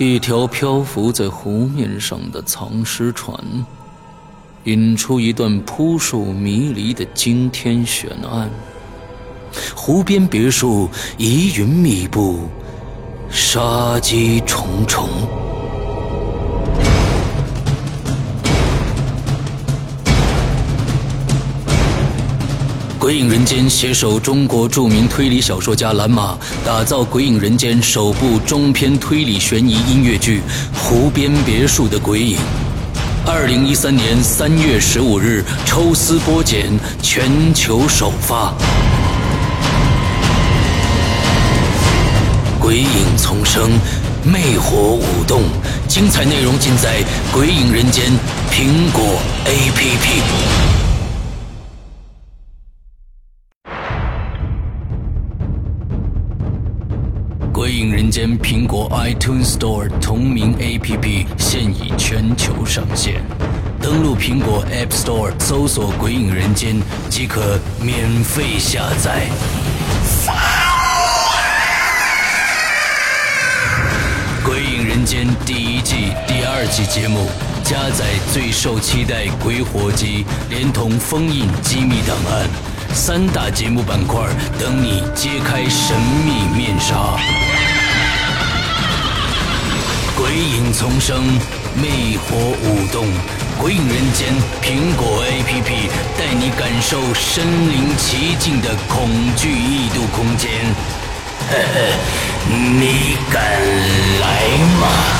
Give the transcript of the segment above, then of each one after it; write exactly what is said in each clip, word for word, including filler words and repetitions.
一条漂浮在湖面上的藏尸船，引出一段扑朔迷离的惊天悬案。湖边别墅疑云密布，杀机重重。鬼影人间携手中国著名推理小说家蓝马，打造鬼影人间首部中篇推理悬疑音乐剧《湖边别墅的鬼影》。二零一三年三月十五日抽丝剥茧，全球首发。鬼影丛生，魅火舞动，精彩内容尽在鬼影人间苹果 A P P。鬼影人间苹果 iTunes Store 同名 A P P 现已全球上线，登录苹果 App Store 搜索鬼影人间即可免费下载。鬼影人间第一季、第二季节目加载最受期待鬼火集，连同封印机密档案三大节目板块，等你揭开神秘面纱。鬼影丛生，魅火舞动，鬼影人间苹果 A P P 带你感受身临其境的恐惧异度空间。呵呵，你敢来吗？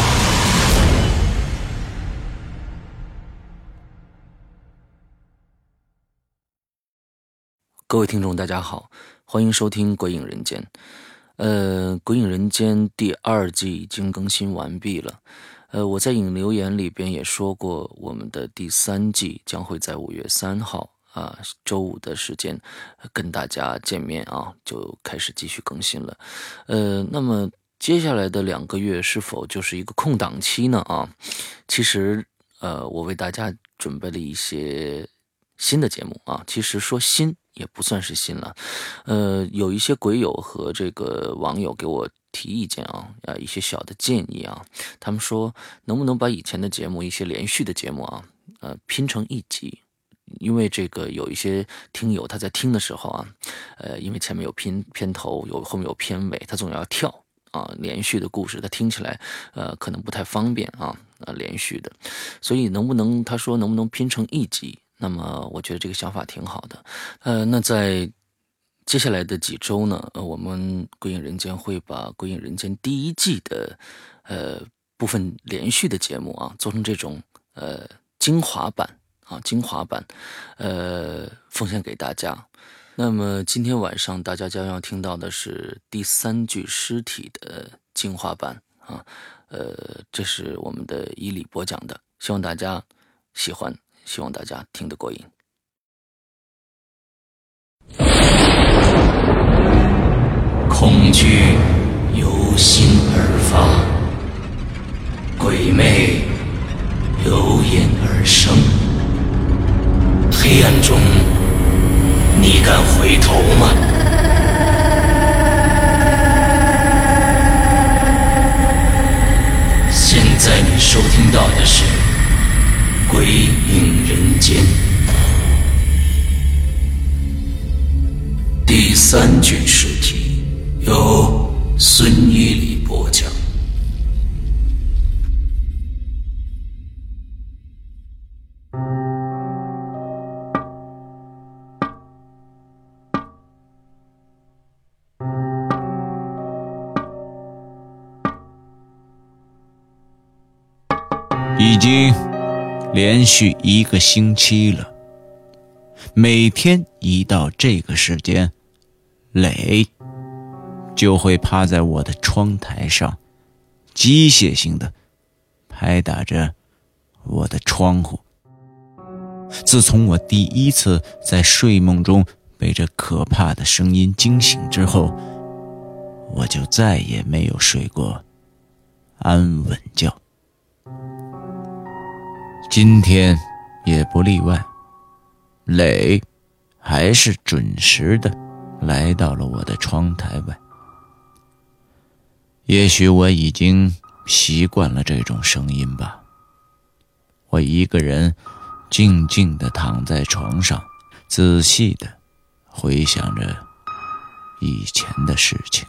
各位听众大家好，欢迎收听鬼影人间。呃，鬼影人间第二季已经更新完毕了。呃，我在影留言里边也说过，我们的第三季将会在五月三号啊，周五的时间跟大家见面啊，就开始继续更新了。呃，那么接下来的两个月是否就是一个空档期呢？啊，其实呃，我为大家准备了一些新的节目啊，其实说新也不算是新了，呃，有一些鬼友和这个网友给我提意见啊，啊，一些小的建议啊，他们说能不能把以前的节目一些连续的节目啊，呃，拼成一集。因为这个有一些听友他在听的时候啊，呃，因为前面有片片头，有后面有片尾，他总要跳啊，连续的故事他听起来呃可能不太方便啊，呃连续的，所以能不能他说能不能拼成一集？那么我觉得这个想法挺好的。呃，那在接下来的几周呢，呃，我们鬼影人间会把鬼影人间第一季的呃部分连续的节目啊，做成这种呃精华版。啊，精华版，呃，奉献给大家。那么今天晚上大家将要听到的是第三具尸体的精华版啊，呃，这是我们的伊里播讲的，希望大家喜欢，希望大家听得过瘾。恐惧由心而发，鬼魅由眼而生。黑暗中，你敢回头吗？现在你收听到的是《鬼影人间》第三具尸体，由孙一礼播讲。 已经连续一个星期了，每天一到这个时间，磊就会趴在我的窗台上，机械性的拍打着我的窗户。自从我第一次在睡梦中被这可怕的声音惊醒之后，我就再也没有睡过安稳觉。今天也不例外，磊还是准时的来到了我的窗台外。也许我已经习惯了这种声音吧。我一个人静静地躺在床上，仔细地回想着以前的事情。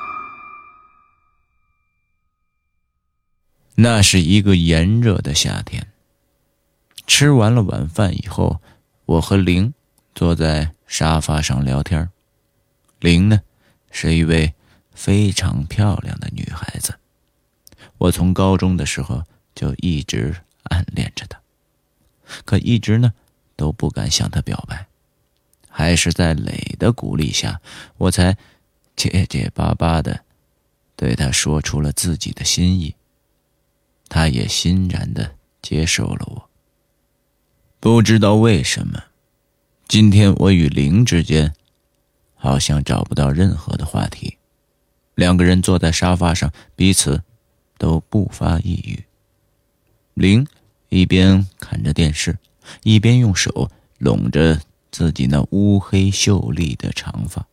那是一个炎热的夏天，吃完了晚饭以后，我和玲坐在沙发上聊天。玲呢，是一位非常漂亮的女孩子，我从高中的时候就一直暗恋着她，可一直呢都不敢向她表白，还是在磊的鼓励下，我才结结巴巴地对她说出了自己的心意。她也欣然地接受了我。不知道为什么，今天我与玲之间好像找不到任何的话题，两个人坐在沙发上，彼此都不发一语。玲一边看着电视，一边用手拢着自己那乌黑秀丽的长发。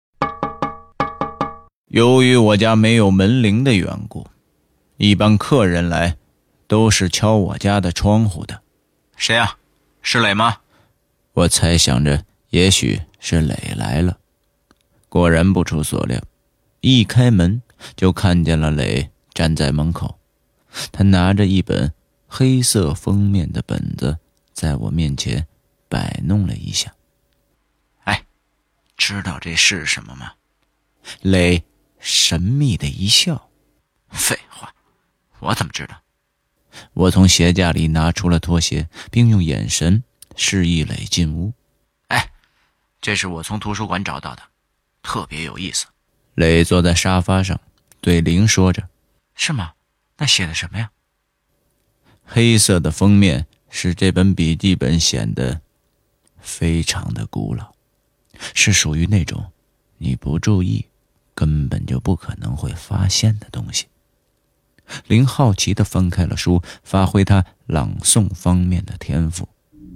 由于我家没有门铃的缘故，一般客人来都是敲我家的窗户的。谁啊？是磊吗？我猜想着也许是磊来了。果然不出所料，一开门就看见了磊站在门口，他拿着一本黑色封面的本子在我面前摆弄了一下。哎，知道这是什么吗？磊神秘的一笑。废话，我怎么知道？我从鞋架里拿出了拖鞋，并用眼神示意磊进屋。哎，这是我从图书馆找到的，特别有意思。磊坐在沙发上对玲说着。是吗？那写的什么呀？黑色的封面使这本笔记本显得非常的古老，是属于那种你不注意根本就不可能会发现的东西。玲好奇地翻开了书，发挥她朗诵方面的天赋。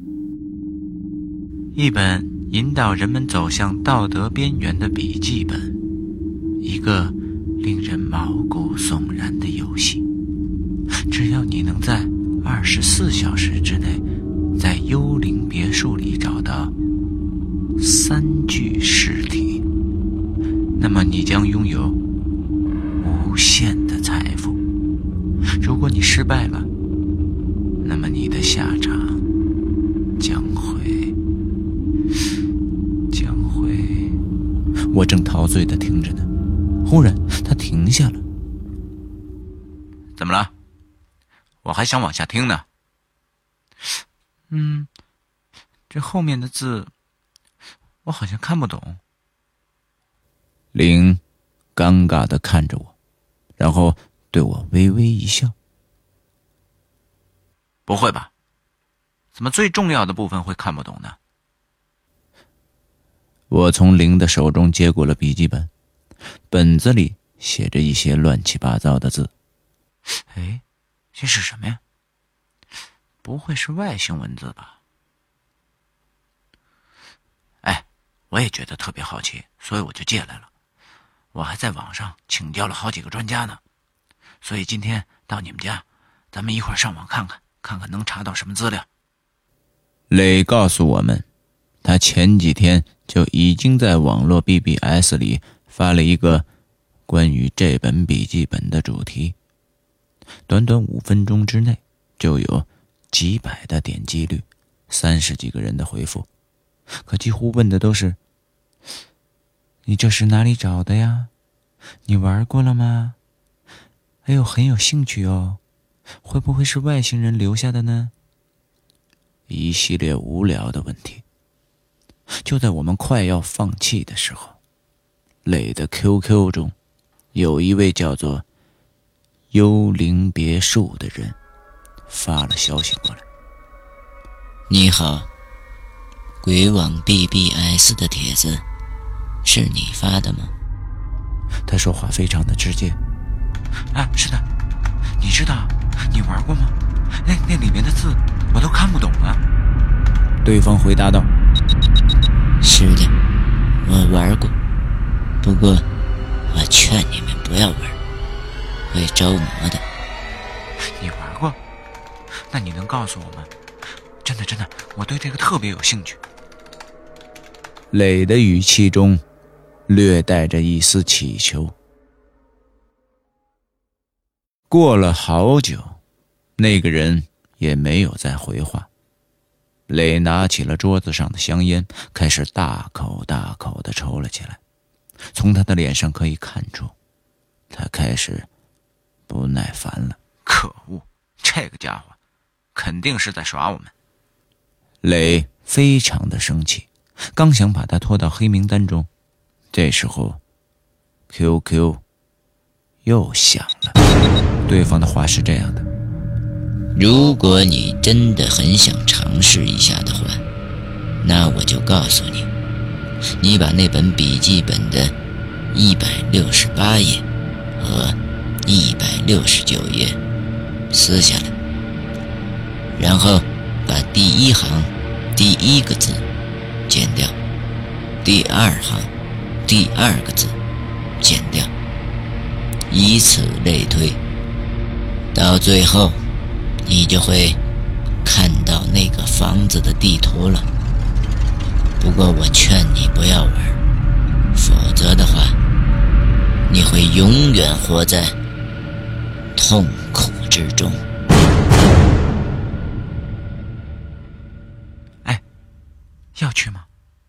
一本引导人们走向道德边缘的笔记本，一个令人毛骨悚然的游戏。只要你能在二十四小时之内，在幽灵别墅里找到三具尸体，那么你将拥有无限的财富。如果你失败了，那么你的下场将会将会……我正陶醉地听着呢，忽然他停下了。怎么了？我还想往下听呢。嗯，这后面的字我好像看不懂。玲尴尬地看着我，然后对我微微一笑。不会吧？怎么最重要的部分会看不懂呢？我从玲的手中接过了笔记本，本子里写着一些乱七八糟的字。哎，这是什么呀？不会是外星文字吧？哎，我也觉得特别好奇，所以我就借来了。我还在网上请教了好几个专家呢，所以今天到你们家，咱们一块儿上网看看，看看能查到什么资料。磊告诉我们，他前几天就已经在网络 B B S 里发了一个关于这本笔记本的主题，短短五分钟之内就有几百的点击率，三十几个人的回复，可几乎问的都是：你这是哪里找的呀？你玩过了吗？哎呦，很有兴趣哦，会不会是外星人留下的呢？一系列无聊的问题。就在我们快要放弃的时候，磊的 Q Q 中有一位叫做幽灵别墅的人发了消息过来。 你好，鬼网 B B S 的帖子是你发的吗？ 他说话非常的直接。啊，是的。你知道你玩过吗？那那里面的字我都看不懂啊。对方回答道： 是的，我玩过，不过我劝你们不要玩，会着魔的。 那你能告诉我吗？真的真的，我对这个特别有兴趣。磊的语气中略带着一丝乞求。过了好久，那个人也没有再回话。磊拿起了桌子上的香烟，开始大口大口地抽了起来。从他的脸上可以看出，他开始不耐烦了。可恶，这个家伙肯定是在耍我们。磊非常的生气，刚想把他拖到黑名单中，这时候 Q Q 又响了。对方的话是这样的： 如果你真的很想尝试一下的话，那我就告诉你，你把那本笔记本的一百六十八页和一百六十九页撕下来，然后把第一行第一个字剪掉，第二行第二个字剪掉，以此类推，到最后你就会看到那个房子的地图了。不过我劝你不要玩，否则的话，你会永远活在痛苦之中。 哎，要去吗？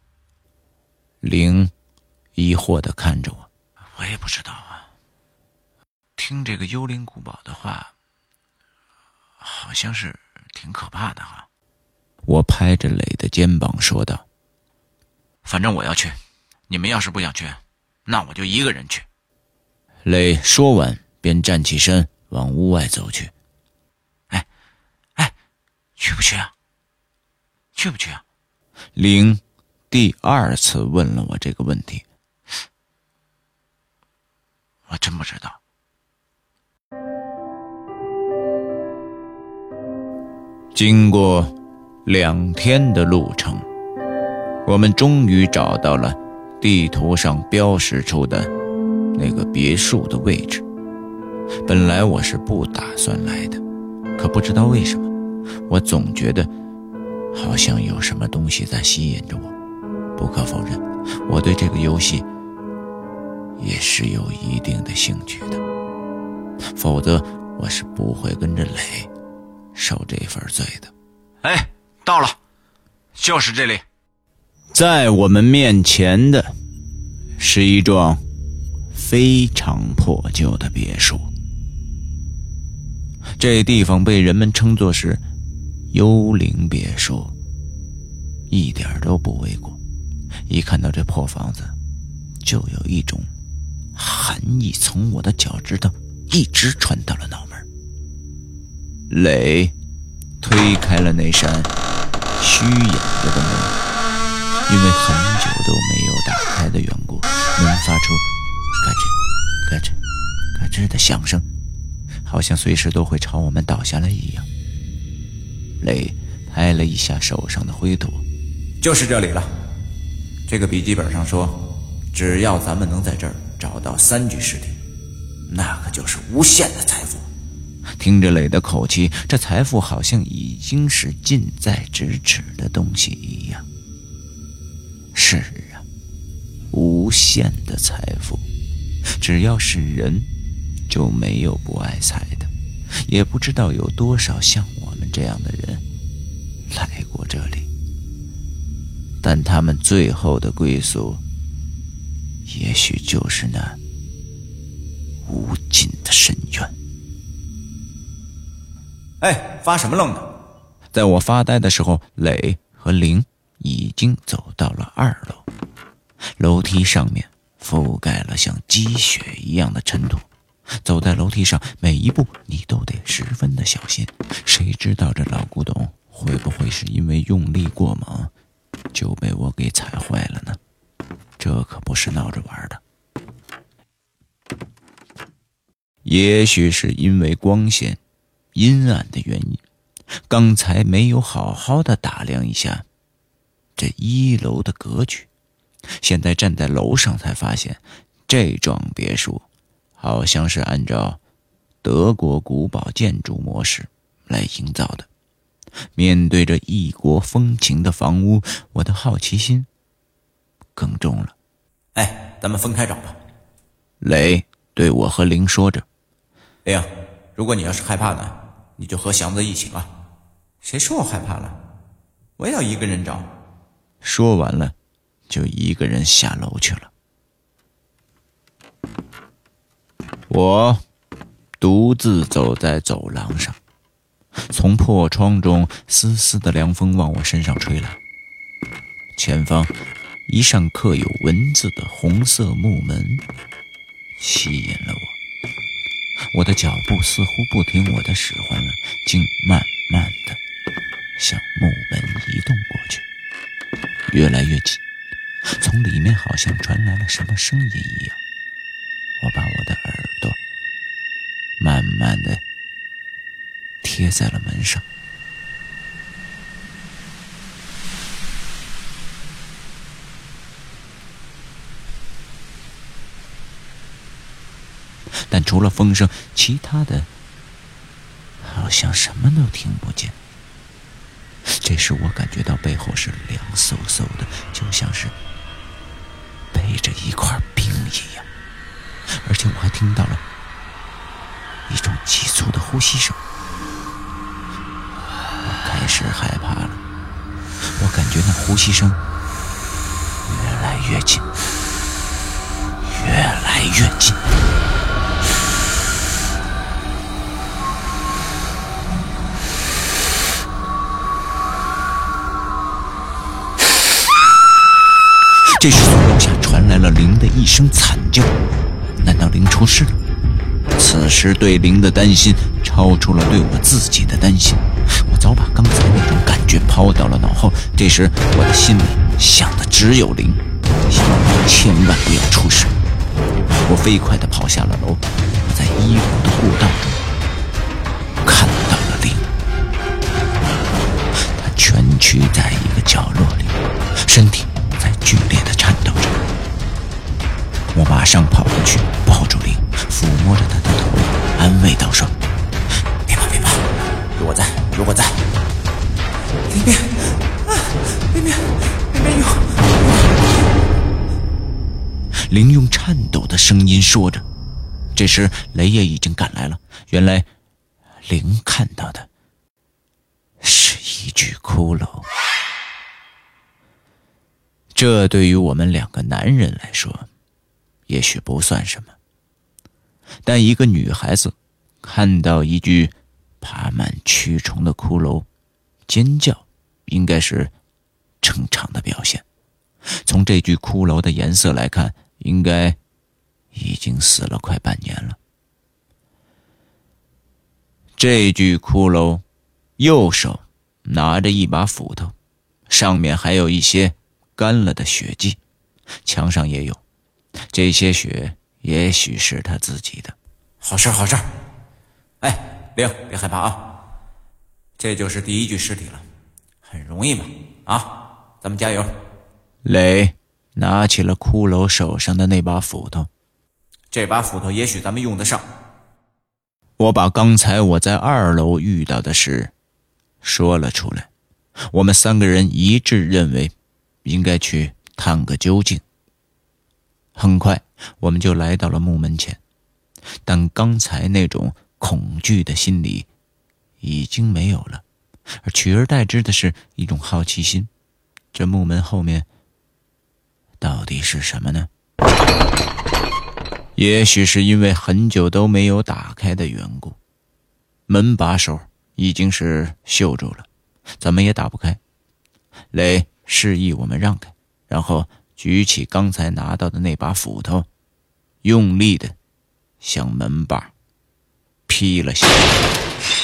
玲疑惑地看着我。我也不知道啊。听这个幽灵古堡的话，好像是挺可怕的哈。我拍着磊的肩膀说道：反正我要去，你们要是不想去，那我就一个人去。磊说完便站起身往屋外走去。哎哎，去不去啊？去不去啊？玲第二次问了我这个问题。我真不知道。经过两天的路程，我们终于找到了地图上标识出的那个别墅的位置。本来我是不打算来的，可不知道为什么，我总觉得好像有什么东西在吸引着我。不可否认，我对这个游戏也是有一定的兴趣的，否则我是不会跟着磊受这份罪的。哎，到了，就是这里。在我们面前的是一幢非常破旧的别墅，这地方被人们称作是幽灵别墅，一点都不为过。一看到这破房子，就有一种寒意从我的脚趾头一直传到了脑门。磊推开了那扇虚掩着的门，因为很久都没有打开的缘故，门发出嘎吱嘎吱嘎吱的响声，好像随时都会朝我们倒下来一样。磊拍了一下手上的灰土，就是这里了。这个笔记本上说，只要咱们能在这儿找到三具尸体，那可就是无限的财富。听着磊的口气，这财富好像已经是近在咫尺的东西一样。是啊，无限的财富，只要是人，就没有不爱财的。也不知道有多少像我们这样的人来过这里，但他们最后的归宿，也许就是那无尽的深渊。哎，发什么愣呢？在我发呆的时候，磊和玲已经走到了二楼。楼梯上面覆盖了像积雪一样的尘土，走在楼梯上，每一步你都得十分的小心。谁知道这老古董会不会是因为用力过猛，就被我给踩坏了呢？这可不是闹着玩的。也许是因为光线阴暗的原因，刚才没有好好的打量一下这一楼的格局，现在站在楼上才发现，这幢别墅好像是按照德国古堡建筑模式来营造的。 面对着异国风情的房屋，我的好奇心更重了。 哎，咱们分开找吧。 磊对我和林说着。 玲，如果你要是害怕呢，你就和祥子一起吧。谁说我害怕了？我也要一个人找。 说完了，就一个人下楼去了。我独自走在走廊上，从破窗中丝丝的凉风往我身上吹来。前方一扇刻有文字的红色木门吸引了我，我的脚步似乎不听我的使唤了，竟慢慢的向木门移动过去，越来越近，从里面好像传来了什么声音一样。我把我的耳朵慢慢的贴在了门上。但除了风声，其他的好像什么都听不见。这时我感觉到背后是凉飕飕的，就像是背着一块冰一样，而且我还听到了一种急促的呼吸声。我开始害怕了，我感觉那呼吸声越来越近，越来越近。这时从楼下传来了灵的一声惨叫，难道灵出事了？此时对灵的担心超出了对我自己的担心，我早把刚才那种感觉抛到了脑后。这时我的心里想的只有灵，希望千万不要出事。我飞快地跑下了楼，我在一楼的过道中看到了灵，他蜷曲在一个角落里，身体在剧烈地颤抖着。我马上跑过去抱住灵，抚摸着他的头，安慰道说：别怕别怕，有我在有我在。里面啊，里面里面有。灵用颤抖的声音说着。这时雷也已经赶来了，原来灵看到的是一具骷髅。这对于我们两个男人来说也许不算什么，但一个女孩子看到一具爬满蛆虫的骷髅尖叫应该是正常的表现。从这具骷髅的颜色来看，应该已经死了快半年了。这具骷髅右手拿着一把斧头，上面还有一些干了的血迹，墙上也有，这些血也许是他自己的。 好事好事。哎，玲，别害怕啊，这就是第一具尸体了，很容易嘛，啊，咱们加油。 磊拿起了骷髅手上的那把斧头， 这把斧头也许咱们用得上。 我把刚才我在二楼遇到的事说了出来，我们三个人一致认为应该去探个究竟。很快我们就来到了木门前，但刚才那种恐惧的心理已经没有了，而取而代之的是一种好奇心。这木门后面到底是什么呢？也许是因为很久都没有打开的缘故，门把手已经是锈住了，怎么也打不开。雷示意我们让开，然后举起刚才拿到的那把斧头，用力的向门把劈了下来。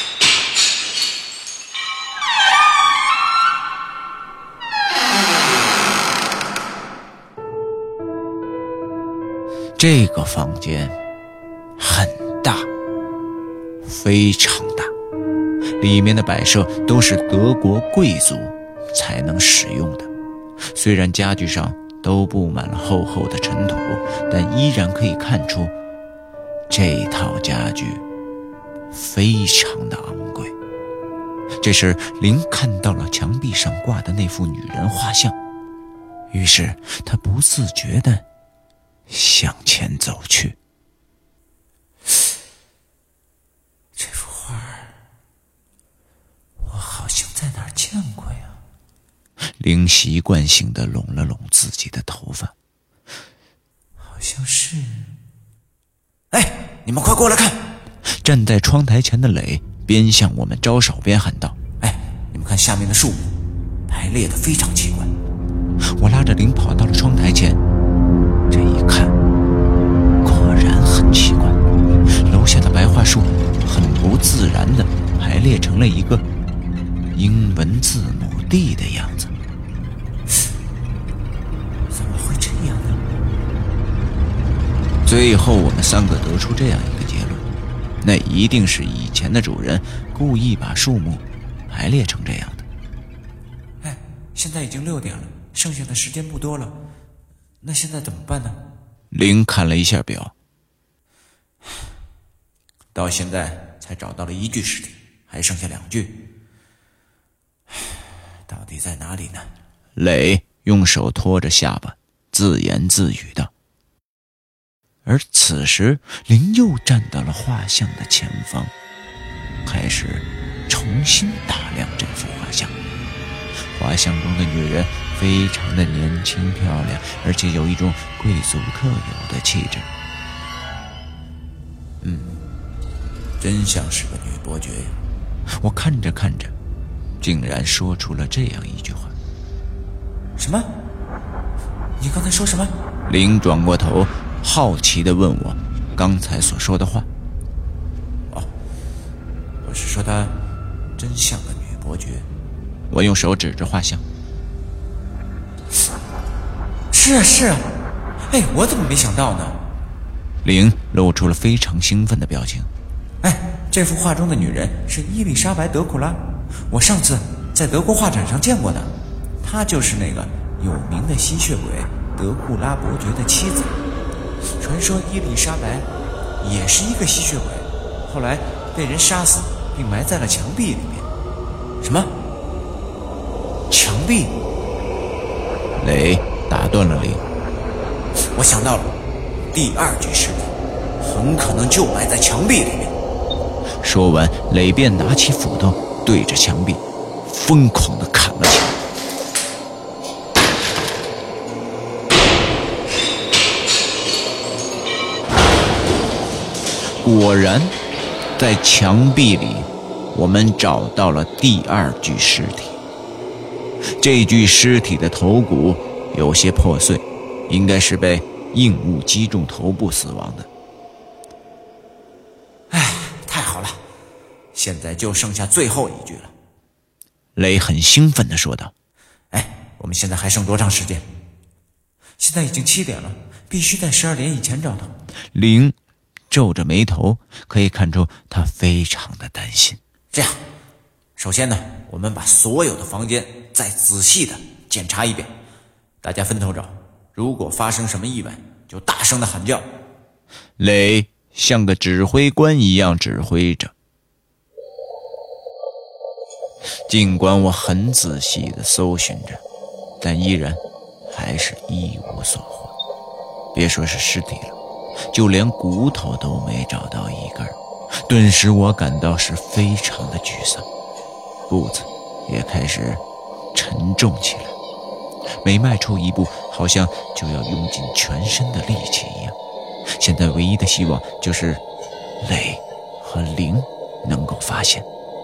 这个房间很大，非常大，里面的摆设都是德国贵族才能使用的。虽然家具上都布满了厚厚的尘土，但依然可以看出这套家具非常的昂贵。 这时林看到了墙壁上挂的那幅女人画像，于是他不自觉地向前走去。 这幅画我好像在哪儿见过呀。 林习惯性地拢了拢自己的头发， 好像是……哎，你们快过来看！ 站在窗台前的磊边向我们招手边喊道： 哎，你们看下面的树木排列得非常奇怪。 我拉着林跑到了窗台前，这一看果然很奇怪，楼下的白桦树很不自然地排列成了一个英文字母 D 的样子。 怎么会这样呢？ 最后我们三个得出这样一个结论，那一定是以前的主人故意把树木排列成这样的。 哎，现在已经六点了，剩下的时间不多了，那现在怎么办呢？ 林看了一下表， 到现在才找到了一具尸体，还剩下两具，到底在哪里呢？ 磊用手托着下巴，自言自语道。而此时林又站到了画像的前方，开始重新打量这幅画像。画像中的女人非常的年轻漂亮，而且有一种贵族特有的气质。 嗯，真像是个女伯爵呀。 我看着看着，竟然说出了这样一句话。 什么？你刚才说什么？ 林转过头，好奇地问我刚才所说的话。 哦，我是说她真像个女伯爵。 我用手指着画像。 是啊是啊，哎，我怎么没想到呢？ 林露出了非常兴奋的表情。 哎，这幅画中的女人是伊丽莎白·德库拉，我上次在德国画展上见过的，她就是那个有名的吸血鬼德库拉伯爵的妻子。传说伊丽莎白也是一个吸血鬼，后来被人杀死并埋在了墙壁里面。什么？墙壁？ 雷打断了林。 我想到了，第二具尸体很可能就埋在墙壁里面。 说完，雷便拿起斧头对着墙壁疯狂地砍了起来。果然，在墙壁里，我们找到了第二具尸体。这具尸体的头骨有些破碎，应该是被硬物击中头部死亡的。 哎，太好了，现在就剩下最后一具了。 雷很兴奋地说道。 哎，我们现在还剩多长时间？现在已经七点了，必须在十二点以前找到。 林皱着眉头，可以看出他非常的担心。 这样，首先呢，我们把所有的房间再仔细的检查一遍，大家分头找，如果发生什么意外，就大声的喊叫。 雷像个指挥官一样指挥着。尽管我很仔细地搜寻着，但依然还是一无所获。别说是尸体了，就连骨头都没找到一根。顿时我感到是非常的沮丧，步子也开始沉重起来，每迈出一步好像就要用尽全身的力气一样。现在唯一的希望就是雷和灵能够发现。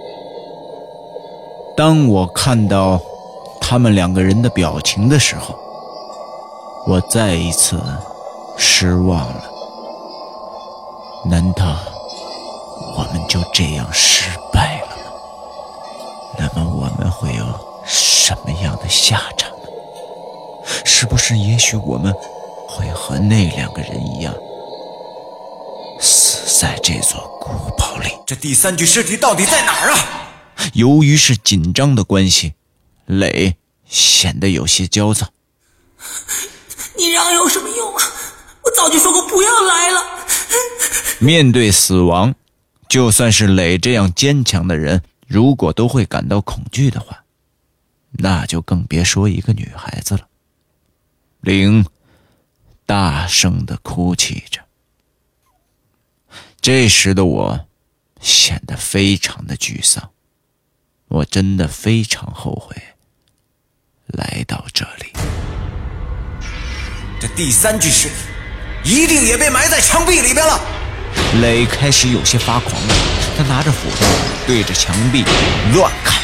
当我看到他们两个人的表情的时候，我再一次失望了。难道我们就这样失败了吗？那么我们会有什么样的下场呢？是不是也许我们会和那两个人一样，死在这座古堡里？ 这第三具尸体到底在哪儿啊？ 由于是紧张的关系，磊显得有些焦躁。 你让有什么用啊？我早就说过不要来了。 面对死亡，就算是磊这样坚强的人如果都会感到恐惧的话，那就更别说一个女孩子了。玲大声地哭泣着。这时的我显得非常的沮丧，我真的非常后悔来到这里。 这第三具尸体一定也被埋在墙壁里边了。 磊开始有些发狂了，他拿着斧头对着墙壁乱砍。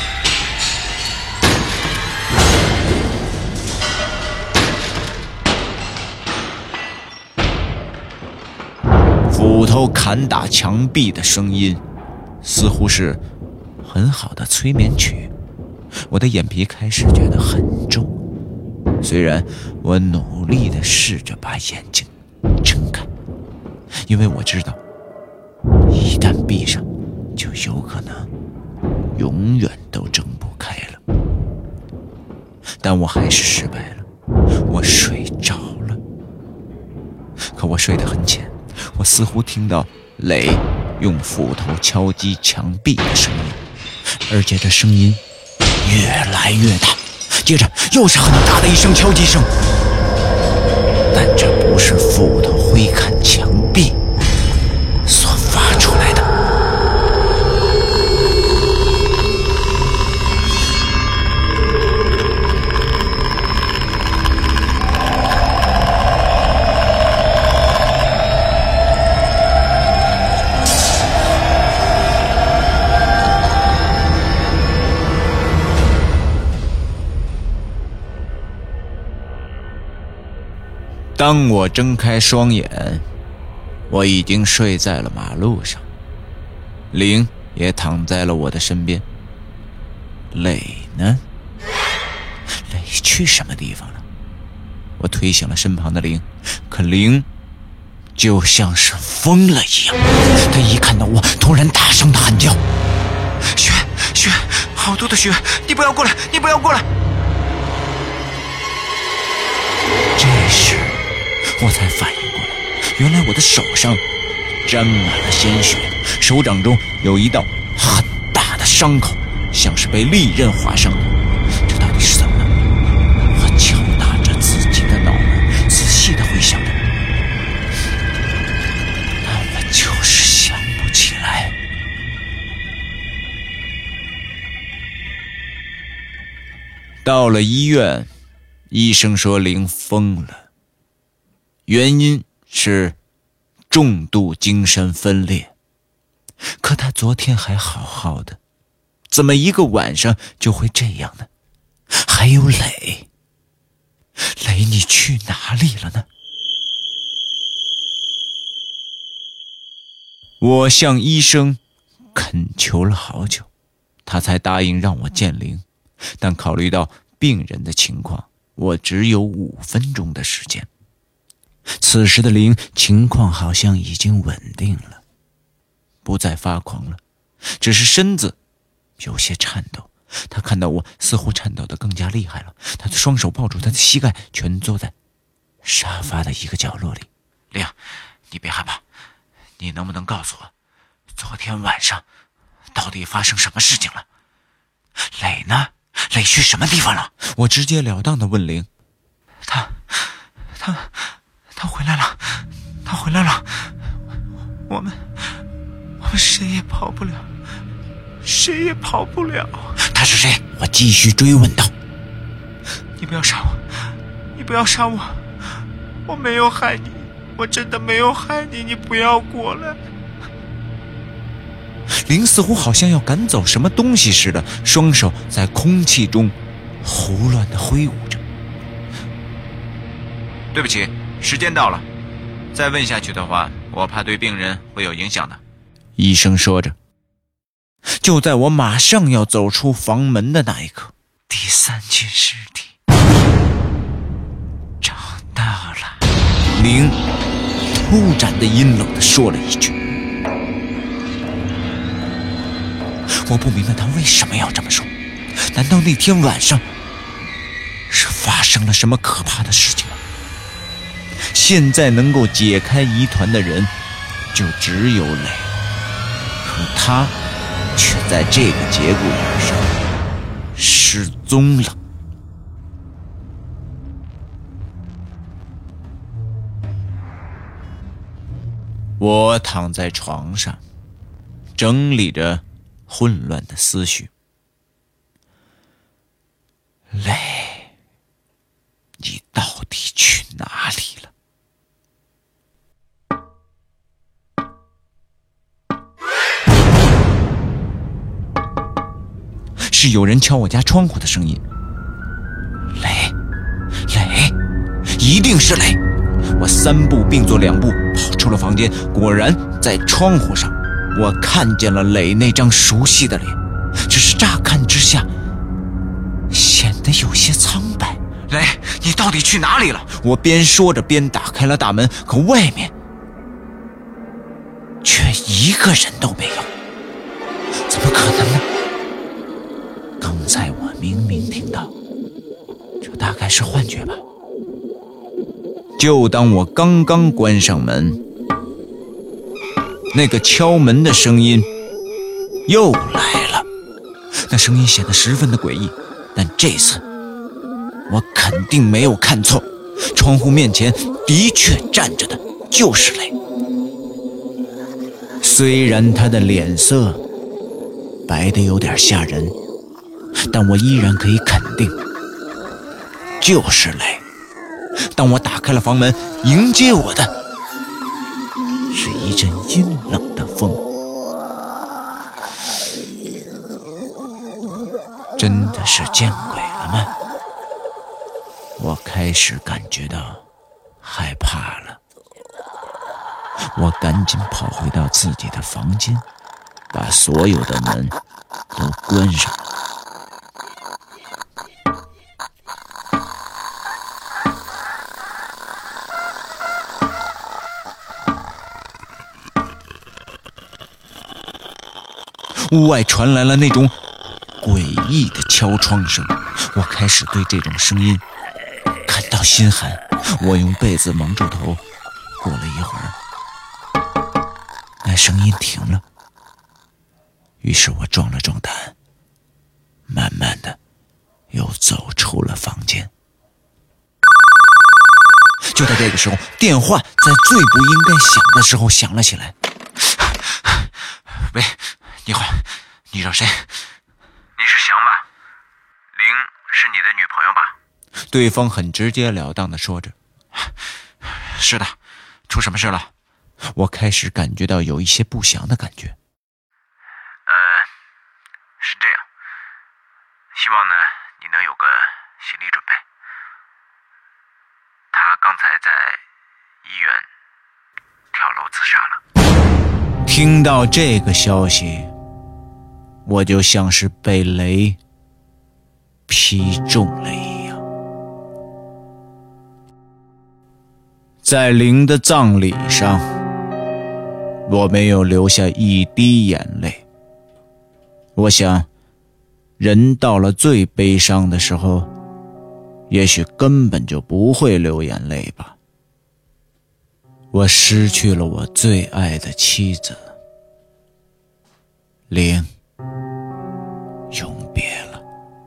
斧头砍打墙壁的声音似乎是很好的催眠曲，我的眼皮开始觉得很重。虽然我努力地试着把眼睛睁开，因为我知道一旦闭上就有可能永远都睁不开了，但我还是失败了，我睡着了。可我睡得很浅，我似乎听到磊用斧头敲击墙壁的声音，而且这声音越来越大，接着又是很大的一声敲击声，但这不是斧头挥砍墙壁所发出来的。当我睁开双眼，我已经睡在了马路上，玲也躺在了我的身边。磊呢？磊去什么地方了？我推醒了身旁的玲，可玲就像是疯了一样，她一看到我，突然大声地喊叫：“雪，雪，好多的雪！你不要过来，你不要过来！”这时我才反应过来，原来我的手上沾满了鲜血，手掌中有一道很大的伤口，像是被利刃划伤的。这到底是怎么了？我敲打着自己的脑门，仔细地回想着，但我就是想不起来。到了医院，医生说玲疯了，原因是重度精神分裂。可他昨天还好好的，怎么一个晚上就会这样呢？还有磊，磊你去哪里了呢？我向医生恳求了好久，他才答应让我见玲，但考虑到病人的情况，我只有五分钟的时间。此时的玲情况好像已经稳定了，不再发狂了，只是身子有些颤抖。她看到我似乎颤抖得更加厉害了，她的双手抱住她的膝盖，蜷坐在沙发的一个角落里。玲，你别害怕，你能不能告诉我，昨天晚上到底发生什么事情了？磊呢？磊去什么地方了？我直截了当地问玲。他他他回来了，他回来了，我们我们谁也跑不了，谁也跑不了。他是谁？我继续追问道。你不要杀我，你不要杀我，我没有害你，我真的没有害你，你不要过来。玲似乎好像要赶走什么东西似的，双手在空气中胡乱地挥舞着。对不起，时间到了，再问下去的话，我怕对病人会有影响的。医生说着，就在我马上要走出房门的那一刻，第三具尸体找到了。玲突然的阴冷地说了一句，我不明白他为什么要这么说，难道那天晚上是发生了什么可怕的事情吗？现在能够解开疑团的人就只有磊，可他却在这个节骨眼上失踪了。我躺在床上，整理着混乱的思绪。雷，你到底去哪里了？是有人敲我家窗户的声音。雷，雷，一定是雷！我三步并作两步跑出了房间，果然在窗户上，我看见了磊那张熟悉的脸，只是乍看之下显得有些苍白。雷，你到底去哪里了？我边说着边打开了大门，可外面却一个人都没有。怎么可能呢？刚才我明明听到，这大概是幻觉吧。就当我刚刚关上门，那个敲门的声音又来了。那声音显得十分的诡异，但这次我肯定没有看错，窗户面前的确站着的就是雷。虽然他的脸色白得有点吓人，但我依然可以肯定就是雷。当我打开了房门，迎接我的是一阵阴冷的风。真的是见鬼了吗？我开始感觉到害怕了。我赶紧跑回到自己的房间，把所有的门都关上了。屋外传来了那种诡异的敲窗声，我开始对这种声音感到心寒。我用被子蒙住头，过了一会儿，那声音停了。于是我壮了壮胆，慢慢的又走出了房间。就在这个时候，电话在最不应该响的时候响了起来。喂，你好，你找谁？ 你是翔吧？玲是你的女朋友吧？ 对方很直截了当地说着。 是的，出什么事了？ 我开始感觉到有一些不祥的感觉。 呃，是这样，希望呢你能有个心理准备。他刚才在医院跳楼自杀了。 听到这个消息，我就像是被雷劈中了一样。在灵的葬礼上，我没有流下一滴眼泪。我想，人到了最悲伤的时候，也许根本就不会流眼泪吧。我失去了我最爱的妻子，灵永别了。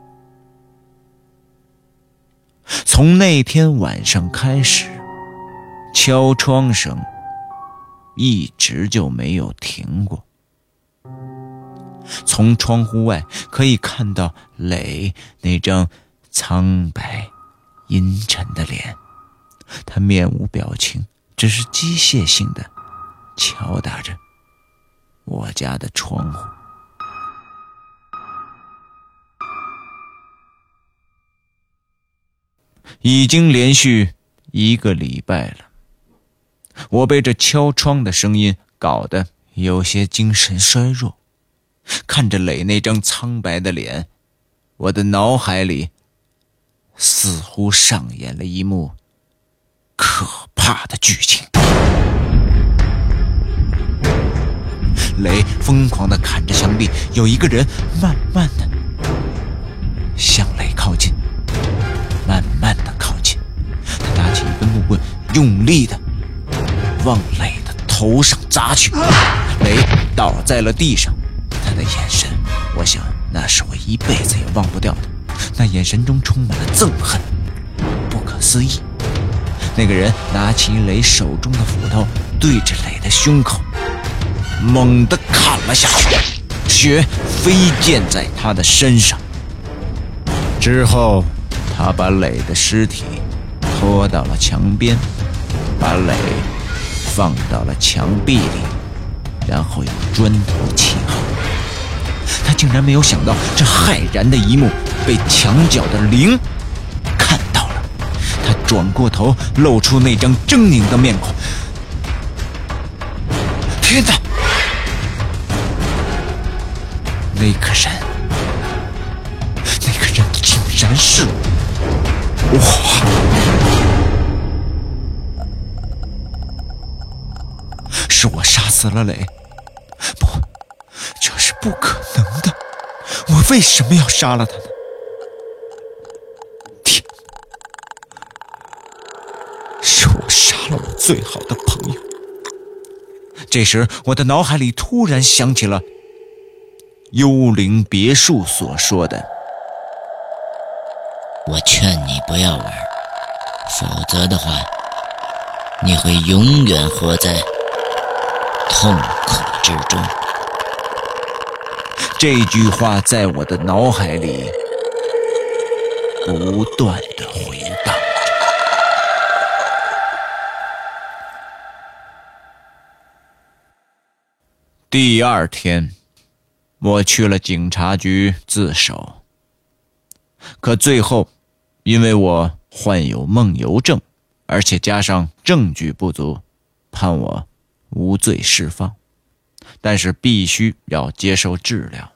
从那天晚上开始，敲窗声一直就没有停过。从窗户外可以看到磊那张苍白阴沉的脸，他面无表情，只是机械性的敲打着我家的窗户。已经连续一个礼拜了，我被这敲窗的声音搞得有些精神衰弱。看着磊那张苍白的脸，我的脑海里似乎上演了一幕可怕的剧情。磊疯狂地砍着墙壁，有一个人慢慢地向磊靠近，慢慢地靠近。他拿起一根木棍，用力地往磊的头上砸去。磊倒在了地上，他的眼神，我想那是我一辈子也忘不掉的。那眼神中充满了憎恨，不可思议。那个人拿起磊手中的斧头，对着磊的胸口猛地砍了下去，血飞溅在他的身上。之后他把磊的尸体拖到了墙边，把磊放到了墙壁里，然后用砖头砌好。他竟然没有想到这骇然的一幕被墙角的灵看到了。他转过头，露出那张狰狞的面孔。天哪！那个人，那个人竟然是我！是我杀死了磊？不，这是不可能的。我为什么要杀了他呢？天，是我杀了我最好的朋友。这时我的脑海里突然想起了幽灵别墅所说的， 我劝你不要玩，否则的话你会永远活在痛苦之中。 这句话在我的脑海里不断地回荡着。第二天，我去了警察局自首，可最后因为我患有梦游症，而且加上证据不足，判我无罪释放，但是必须要接受治疗。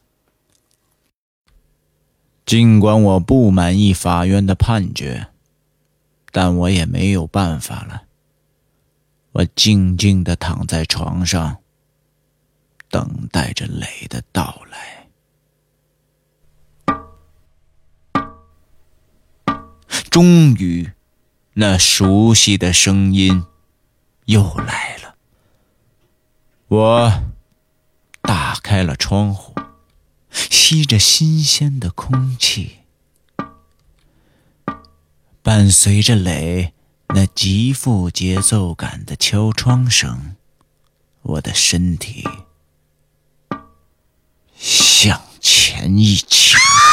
尽管我不满意法院的判决，但我也没有办法了。我静静地躺在床上，等待着磊的到来。终于，那熟悉的声音又来了。我打开了窗户，吸着新鲜的空气，伴随着磊那极富节奏感的敲窗声，我的身体向前一倾。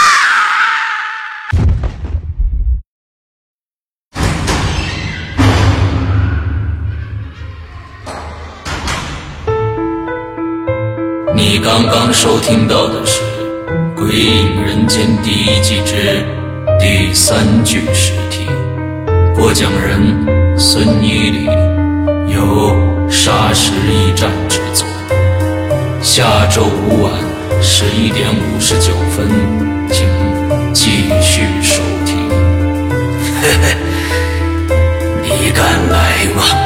你刚刚收听到的是《鬼影人间》第一季之第三具尸体，播讲人孙一礼，由沙石驿站制作。下周五晚十一点五十九分，请继续收听。嘿嘿，你敢来吗？